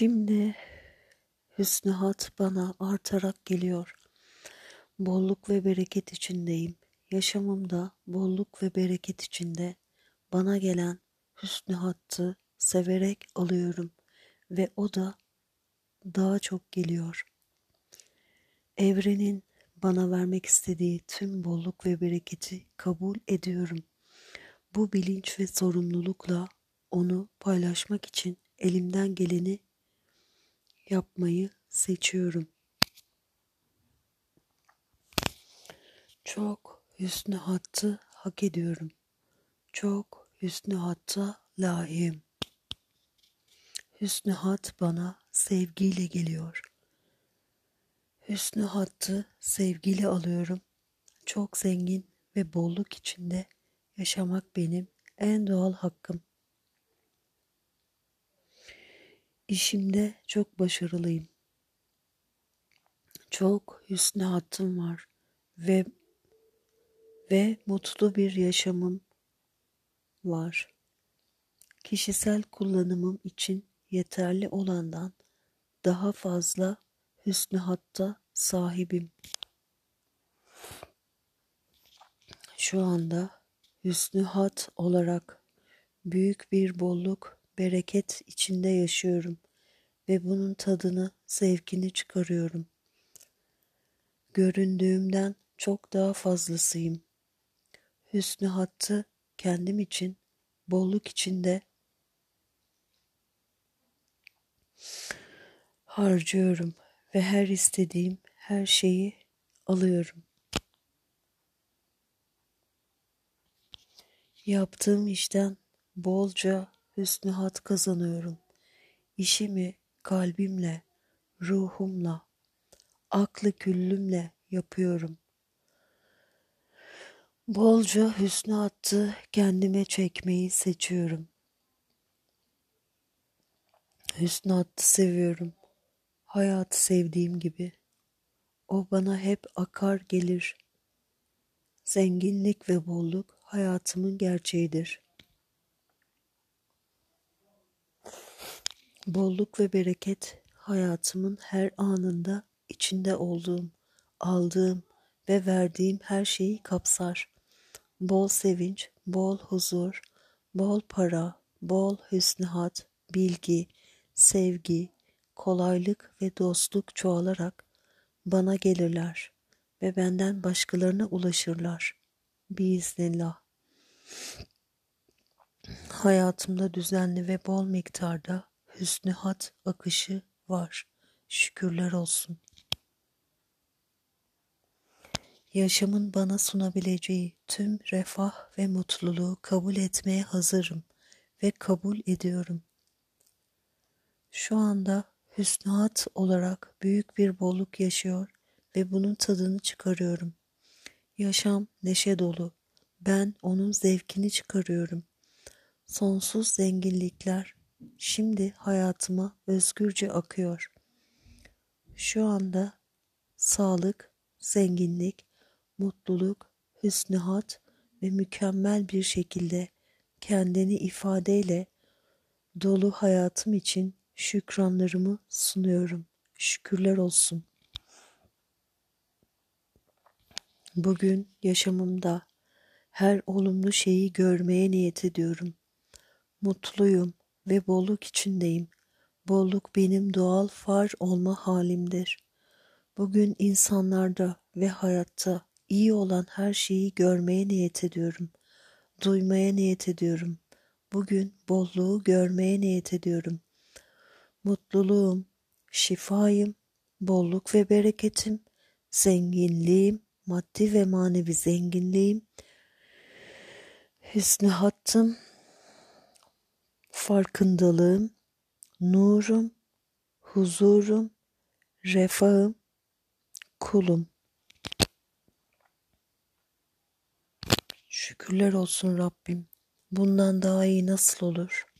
Şimdi hüsnü hat bana artarak geliyor. Bolluk ve bereket içindeyim. Yaşamımda bolluk ve bereket içinde bana gelen hüsnü hattı severek alıyorum ve o da daha çok geliyor. Evrenin bana vermek istediği tüm bolluk ve bereketi kabul ediyorum. Bu bilinç ve sorumlulukla onu paylaşmak için elimden geleni yapmayı seçiyorum. Çok hüsnü hattı hak ediyorum. Çok hüsnü hatta layığım. Hüsnü hat bana sevgiyle geliyor. Hüsnü hattı sevgiyle alıyorum. Çok zengin ve bolluk içinde yaşamak benim en doğal hakkım. İşimde çok başarılıyım. Çok hüsnü hattım var ve mutlu bir yaşamım var. Kişisel kullanımım için yeterli olandan daha fazla hüsnü hatta sahibim. Şu anda hüsnü hat olarak büyük bir bolluk, bereket içinde yaşıyorum ve bunun tadını, zevkini çıkarıyorum. Göründüğümden çok daha fazlasıyım. Hüsnü hattı kendim için, bolluk içinde harcıyorum ve her istediğim her şeyi alıyorum. Yaptığım işten bolca hüsnü hat kazanıyorum. İşimi kalbimle, ruhumla, aklı küllümle yapıyorum. Bolca hüsnü hattı kendime çekmeyi seçiyorum. Hüsnü hattı seviyorum. Hayatı sevdiğim gibi. O bana hep akar gelir. Zenginlik ve bolluk hayatımın gerçeğidir. Bolluk ve bereket hayatımın her anında içinde olduğum, aldığım ve verdiğim her şeyi kapsar. Bol sevinç, bol huzur, bol para, bol hüsnü hat, bilgi, sevgi, kolaylık ve dostluk çoğalarak bana gelirler ve benden başkalarına ulaşırlar. Biiznillah. Hayatımda düzenli ve bol miktarda hüsnü hat akışı var. Şükürler olsun. Yaşamın bana sunabileceği tüm refah ve mutluluğu kabul etmeye hazırım ve kabul ediyorum. Şu anda hüsnü hat olarak büyük bir bolluk yaşıyor ve bunun tadını çıkarıyorum. Yaşam neşe dolu. Ben onun zevkini çıkarıyorum. Sonsuz zenginlikler şimdi hayatıma özgürce akıyor. Şu anda sağlık, zenginlik, mutluluk, hüsnü hat ve mükemmel bir şekilde kendini ifadeyle dolu hayatım için şükranlarımı sunuyorum. Şükürler olsun. Bugün yaşamımda her olumlu şeyi görmeye niyet ediyorum. Mutluyum ve bolluk içindeyim. Bolluk benim doğal var olma halimdir. Bugün insanlarda ve hayatta iyi olan her şeyi görmeye niyet ediyorum. Duymaya niyet ediyorum. Bugün bolluğu görmeye niyet ediyorum. Mutluluğum, şifayım, bolluk ve bereketim, zenginliğim, maddi ve manevi zenginliğim, hüsnü hattım, farkındalığım, nurum, huzurum, refahım, kulum. Şükürler olsun Rabbim. Bundan daha iyi nasıl olur?